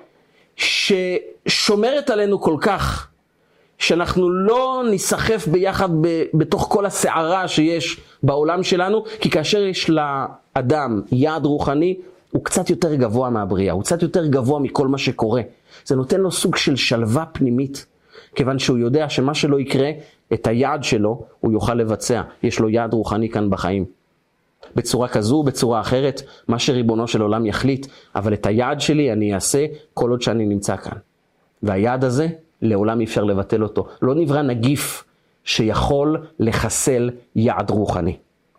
ששומרת עלינו כל כך, שאנחנו לא נסחף ביחד בתוך כל הסערה שיש בעולם שלנו, כי כאשר יש לאדם יעד רוחני, הוא קצת יותר גבוה מהבריאה, הוא קצת יותר גבוה מכל מה שקורה. זה נותן לו סוג של שלווה פנימית, כיוון שהוא יודע שמה שלא יקרה, את היעד שלו הוא יוכל לבצע. יש לו יעד רוחני כאן בחיים. בצורה כזו, בצורה אחרת, מה שריבונו של עולם יחליט, אבל את היעד שלי אני אעשה כל עוד שאני נמצא כאן. והיעד הזה, לעולם אי אפשר לבטל אותו. לא נברא נגיף שיכול לחסל יעד רוחני.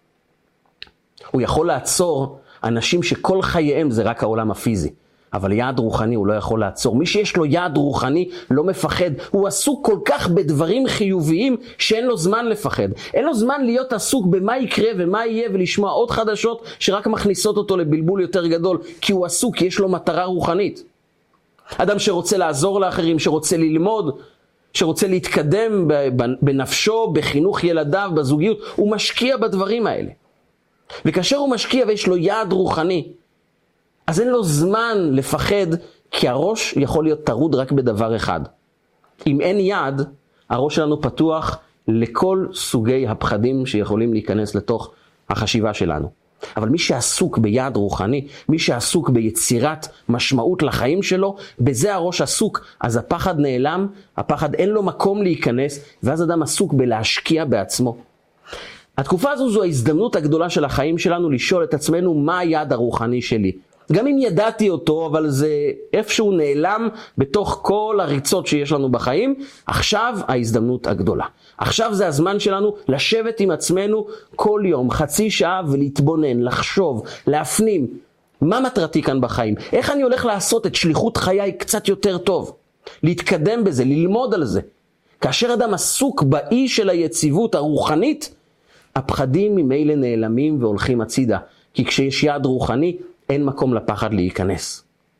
הוא יכול לעצור אנשים שכל חייהם זה רק העולם הפיזי. אבל יעד רוחני הוא לא יכול לעצור. מי שיש לו יעד רוחני לא מפחד. הוא עסוק כל כך בדברים חיוביים שאין לו זמן לפחד. אין לו זמן להיות עסוק במה יקרה ומה יהיה ולשמוע עוד חדשות שרק מכניסות אותו לבלבול יותר גדול. כי הוא עסוק, כי יש לו מטרה רוחנית. אדם שרוצה לעזור לאחרים, שרוצה ללמוד, שרוצה להתקדם בנפשו, בחינוך ילדיו, בזוגיות, הוא משקיע בדברים האלה. וכאשר הוא משקיע ויש לו יעד רוחני, אז אין לו זמן לפחד, כי הראש יכול להיות טרוד רק בדבר אחד. אם אין יעד, הראש שלנו פתוח לכל סוגי הפחדים שיכולים להיכנס לתוך החשיבה שלנו. אבל מי שעסוק ביעד רוחני, מי שעסוק ביצירת משמעות לחיים שלו, בזה הראש עסוק, אז הפחד נעלם, הפחד אין לו מקום להיכנס, ואז אדם עסוק בלהשקיע בעצמו. התקופה הזו זו ההזדמנות הגדולה של החיים שלנו לשאול את עצמנו מה היעד הרוחני שלי. גם אם ידעתי אותו, אבל זה איפשהו נעלם בתוך כל הריצות שיש לנו בחיים, עכשיו ההזדמנות הגדולה. עכשיו זה הזמן שלנו לשבת עם עצמנו כל יום, חצי שעה ולהתבונן, לחשוב, להפנים. מה מטרתי כאן בחיים? איך אני הולך לעשות את שליחות חיי קצת יותר טוב? להתקדם בזה, ללמוד על זה. כאשר אדם עסוק באי של היציבות הרוחנית, הפחדים ממילא נעלמים והולכים הצידה. כי כשיש יעד רוחני, אין מקום לפחד להיכנס.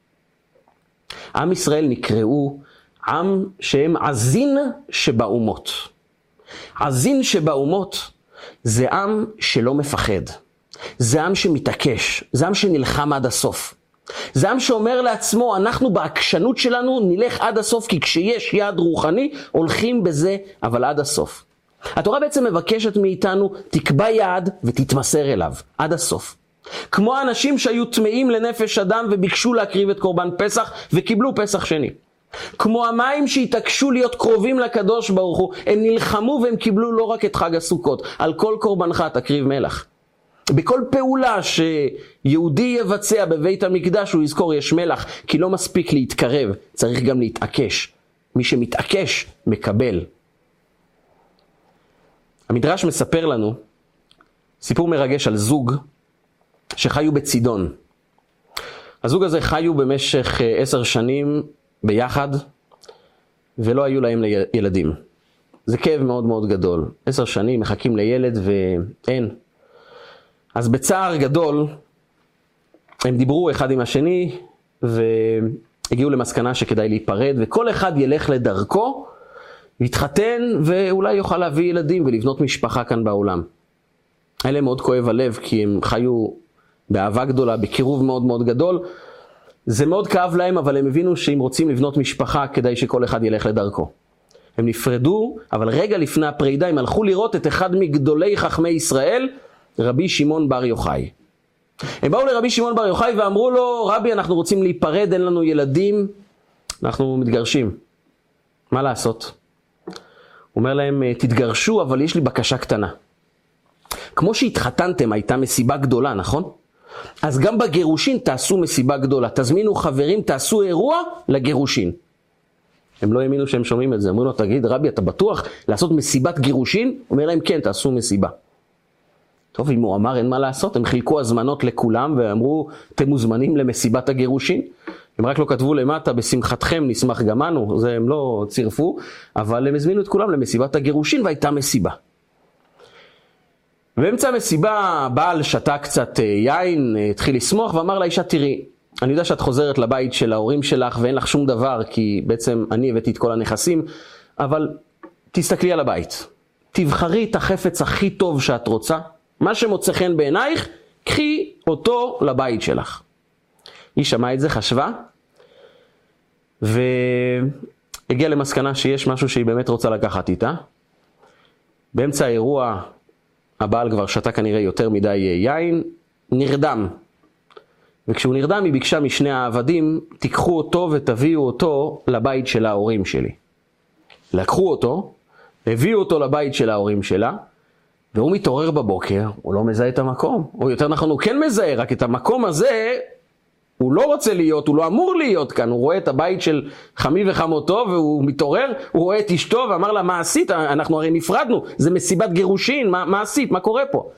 עם ישראל נקראו עם שהם עזין שבאומות. עזין שבאומות זה עם שלא מפחד. זה עם שמתעקש. זה עם שנלחם עד הסוף. זה עם שאומר לעצמו, אנחנו בעקשנות שלנו נלך עד הסוף, כי כשיש יעד רוחני, הולכים בזה, אבל עד הסוף. התורה בעצם מבקשת מאיתנו, תקבע יעד ותתמסר אליו, עד הסוף. כמו האנשים שהיו טמאים לנפש אדם וביקשו להקריב את קורבן פסח וקיבלו פסח שני. כמו המים שהתעקשו להיות קרובים לקדוש ברוך הוא, הם נלחמו והם קיבלו לא רק את חג הסוכות, על כל קורבנך תקריב מלח. בכל פעולה שיהודי יבצע בבית המקדש הוא יזכור יש מלח, כי לא מספיק להתקרב, צריך גם להתעקש. מי שמתעקש מקבל. המדרש מספר לנו סיפור מרגש על זוג שחיו בצידון. הזוג הזה חיו במשך 10 שנים ביחד, ולא היו להם ילדים. זה כאב מאוד מאוד גדול. 10 שנים מחכים לילד ואין. אז בצער גדול, הם דיברו אחד עם השני, והגיעו למסקנה שכדאי להיפרד, וכל אחד ילך לדרכו, להתחתן, ואולי יוכל להביא ילדים ולבנות משפחה כאן בעולם. היה להם מאוד כואב הלב, כי הם חיו באהבה גדולה, בקירוב מאוד מאוד גדול. זה מאוד כאב להם, אבל הם הבינו שאם רוצים לבנות משפחה, כדאי שכל אחד ילך לדרכו. הם נפרדו, אבל רגע לפני הפרידה, הם הלכו לראות את אחד מגדולי חכמי ישראל, רבי שמעון בר יוחאי. הם באו לרבי שמעון בר יוחאי ואמרו לו, רבי, אנחנו רוצים להיפרד, אין לנו ילדים, אנחנו מתגרשים. מה לעשות? הוא אומר להם, תתגרשו, אבל יש לי בקשה קטנה. כמו שהתחתנתם, הייתה מסיבה גדולה, נכון? אז גם בגירושין תעשו מסיבה גדולה. תזמינו חברים, תעשו אירוע לגירושין. הם לא האמינו שהם שומעים את זה. אמרו לו, תגיד, רבי, אתה בטוח לעשות מסיבת גירושין? הוא אומר להם, כן, תעשו מסיבה. טוב, אם הוא אמר, אין מה לעשות. הם חילקו הזמנות לכולם ואמרו, אתם מוזמנים למסיבת הגירושין. הם רק לא כתבו למטה, בשמחתכם נשמח גם אנו. זה הם לא צירפו, אבל הם הזמינו את כולם למסיבת הגירושין והייתה מסיבה. באמצע המסיבה, בעל שתה קצת יין, התחיל לשמוח ואמר לאישה, תראי, אני יודע שאת חוזרת לבית של ההורים שלך ואין לך שום דבר, כי בעצם אני הבאתי את כל הנכסים, אבל תסתכלי על הבית. תבחרי את החפץ הכי טוב שאת רוצה, מה שמוצא חן בעינייך, קחי אותו לבית שלך. היא שמעה את זה, חשבה, והגיעה למסקנה שיש משהו שהיא באמת רוצה לקחת איתה. באמצע האירוע, הבעל כבר שתה כנראה יותר מדי יין, נרדם. וכשהוא נרדם היא ביקשה משני העבדים, תיקחו אותו ותביאו אותו לבית של ההורים שלי. לקחו אותו, הביאו אותו לבית של ההורים שלה, והוא מתעורר בבוקר, הוא לא מזהה את המקום. או יותר נכון, הוא כן מזהה, רק את המקום הזה, הוא לא רוצה להיות, הוא לא אמור להיות כאן. הוא רואה את הבית של חמי וחמותו, והוא מתעורר, הוא רואה את אשתו, ואמר לה, מה עשית? אנחנו הרי נפרדנו, זה מסיבת גירושין, מה עשית? מה קורה פה?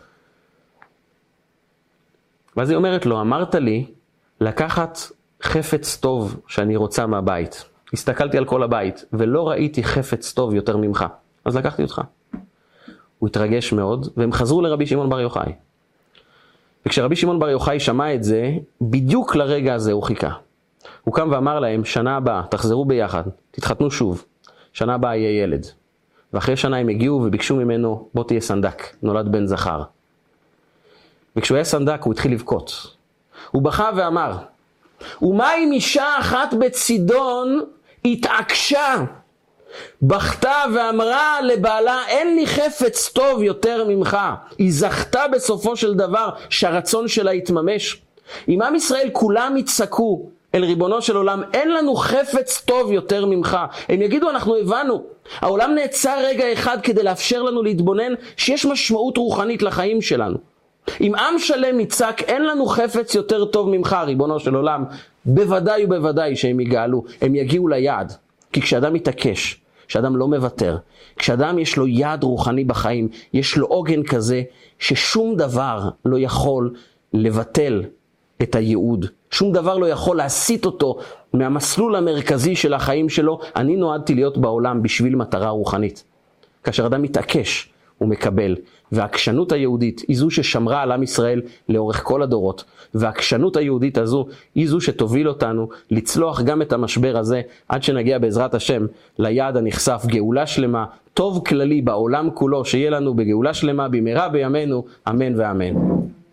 ואז היא אומרת לו, אמרת לי לקחת חפץ טוב שאני רוצה מהבית. הסתכלתי על כל הבית, ולא ראיתי חפץ טוב יותר ממך. אז לקחתי אותך. הוא התרגש מאוד, והם חזרו לרבי שמעון בר יוחאי. וכשרבי שמעון בר יוחאי שמע את זה, בדיוק לרגע הזה הוא חיכה. הוא קם ואמר להם, שנה הבאה, תחזרו ביחד, תתחתנו שוב. שנה הבאה יהיה ילד. ואחרי שנה הם הגיעו וביקשו ממנו, בוא תהיה סנדק, נולד בן זכר. וכשהוא היה סנדק הוא התחיל לבכות. הוא בכה ואמר, ומה אם אישה אחת בצידון התעקשה, בכתה ואמרה לבעלה, אין לי חפץ טוב יותר ממך. היא זכתה בסופו של דבר שהרצון שלה יתממש. אם עם ישראל כולם יצעקו אל ריבונו של עולם, אין לנו חפץ טוב יותר ממך. הם יגידו, אנחנו הבנו. העולם נעצר רגע אחד כדי לאפשר לנו להתבונן שיש משמעות רוחנית לחיים שלנו. אם עם שלם יצעק, אין לנו חפץ יותר טוב ממך, ריבונו של עולם, בוודאי ובוודאי שהם יגאלו, הם יגיעו ליעד. כי כשאדם מתעקש, כשאדם לא מוותר, כשאדם יש לו יעד רוחני בחיים, יש לו עוגן כזה ששום דבר לא יכול לבטל את הייעוד. שום דבר לא יכול להסיט אותו מהמסלול המרכזי של החיים שלו. אני נועדתי להיות בעולם בשביל מטרה רוחנית. כאשר אדם מתעקש, הוא מקבל. והעקשנות היהודית היא זו ששמרה על עם ישראל לאורך כל הדורות. והעקשנות היהודית הזו היא זו שתוביל אותנו לצלוח גם את המשבר הזה, עד שנגיע בעזרת השם ליעד הנחשף, גאולה שלמה, טוב כללי בעולם כולו, שיהיה לנו בגאולה שלמה במהרה בימינו, אמן ואמן.